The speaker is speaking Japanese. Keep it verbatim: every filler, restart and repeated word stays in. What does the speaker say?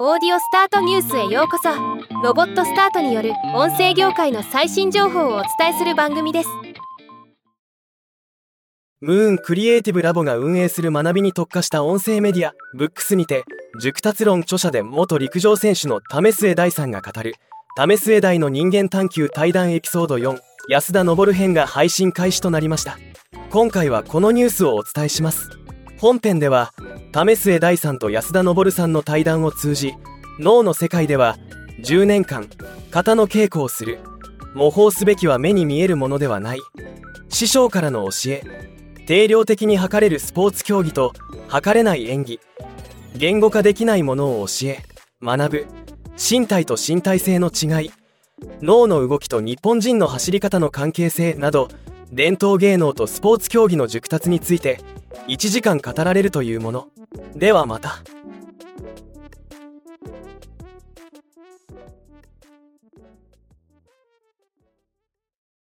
オーディオスタートニュースへようこそ。ロボットスタートによる音声業界の最新情報をお伝えする番組です。 ムーンクリエイティブラボが運営する学びに特化した音声メディアブックスにて、熟達論著者で元陸上選手の為末大さんが語る為末大の人間探求対談エピソードよん安田昇編が配信開始となりました。今回はこのニュースをお伝えします。本編では為末大さんと安田昇さんの対談を通じ、脳の世界ではじゅうねんかん型の稽古をする、模倣すべきは目に見えるものではない、師匠からの教え、定量的に測れるスポーツ競技と測れない演技、言語化できないものを教え学ぶ身体と身体性の違い、脳の動きと日本人の走り方の関係性など、伝統芸能とスポーツ競技の熟達についていちじかん語られるというもの。ではまた。